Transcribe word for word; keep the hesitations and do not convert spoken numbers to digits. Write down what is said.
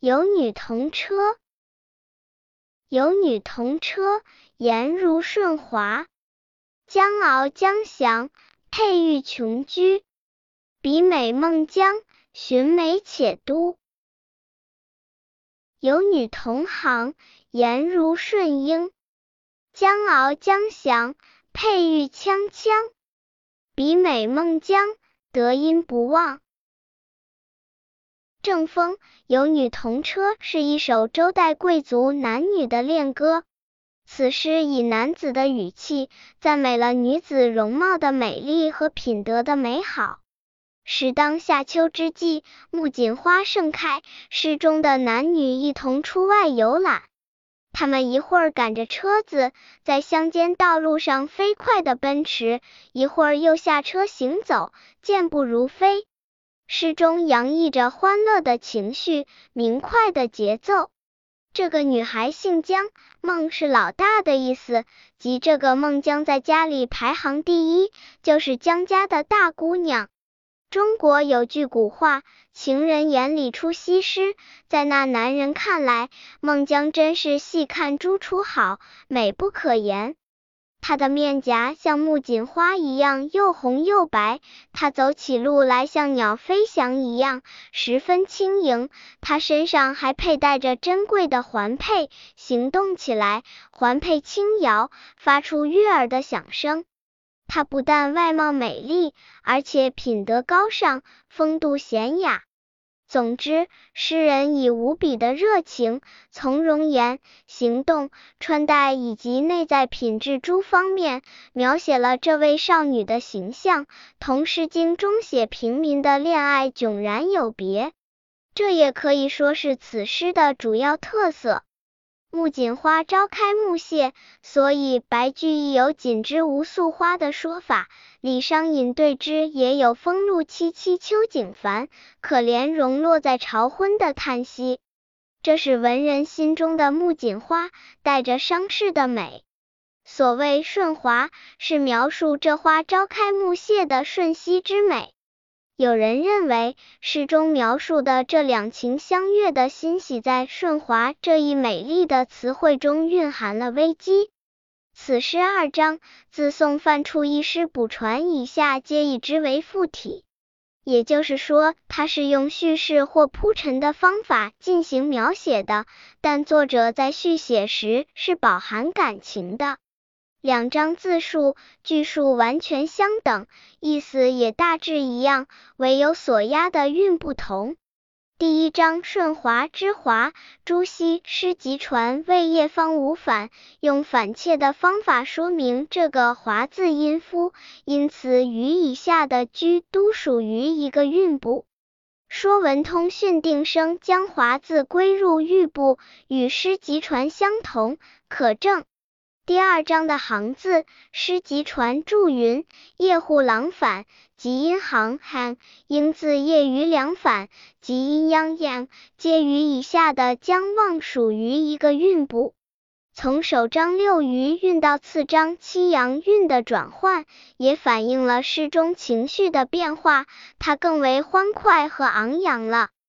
有女同车。有女同车，颜如舜华。江敖江翔，佩玉琼居。比美孟姜，寻美且都。有女同行，颜如舜英。江敖江翔，佩玉锵锵。比美孟姜，德音不忘。正风，有女同车是一首周代贵族男女的恋歌。此诗以男子的语气赞美了女子容貌的美丽和品德的美好。时当夏秋之际，木槿花盛开，诗中的男女一同出外游览。他们一会儿赶着车子在乡间道路上飞快地奔驰，一会儿又下车行走，健步如飞。诗中洋溢着欢乐的情绪，明快的节奏。这个女孩姓姜，孟是老大的意思，即这个孟姜在家里排行第一，就是姜家的大姑娘。中国有句古话，情人眼里出西施，在那男人看来，孟姜真是细看朱楚好，美不可言。她的面颊像木槿花一样又红又白，她走起路来像鸟飞翔一样，十分轻盈。她身上还佩戴着珍贵的环佩，行动起来，环佩轻摇，发出悦耳的响声。她不但外貌美丽，而且品德高尚，风度娴雅。总之，诗人以无比的热情，从容颜、行动、穿戴以及内在品质诸方面，描写了这位少女的形象，同《诗经》中写平民的恋爱迥然有别。这也可以说是此诗的主要特色。木槿花朝开暮谢，所以白居易有锦之无素花的说法，李商隐对之也有风露凄凄秋景繁，可怜容落在朝昏的叹息。这是文人心中的木槿花，带着伤逝的美。所谓舜华，是描述这花朝开暮谢的瞬息之美。有人认为，诗中描述的这两情相悦的欣喜，在舜华这一美丽的词汇中蕴含了危机。此诗二章，自宋范处一诗补传以下皆以之为附体，也就是说，它是用叙事或铺陈的方法进行描写的，但作者在续写时是饱含感情的。两章字数、句数完全相等，意思也大致一样，唯有所押的韵不同。第一章舜华之华，朱熹诗集传为叶方无反，用反切的方法说明这个华字音符，因此与以下的居都属于一个韵部。说文通讯定声将华字归入韵部，与诗集传相同，可证。第二章的行字，诗集传注云，叶户郎反，即音行汉，应字叶于良反，即音央样，皆与以下的将望属于一个韵部。从首章六余韵到次章七阳韵的转换，也反映了诗中情绪的变化，它更为欢快和昂扬了。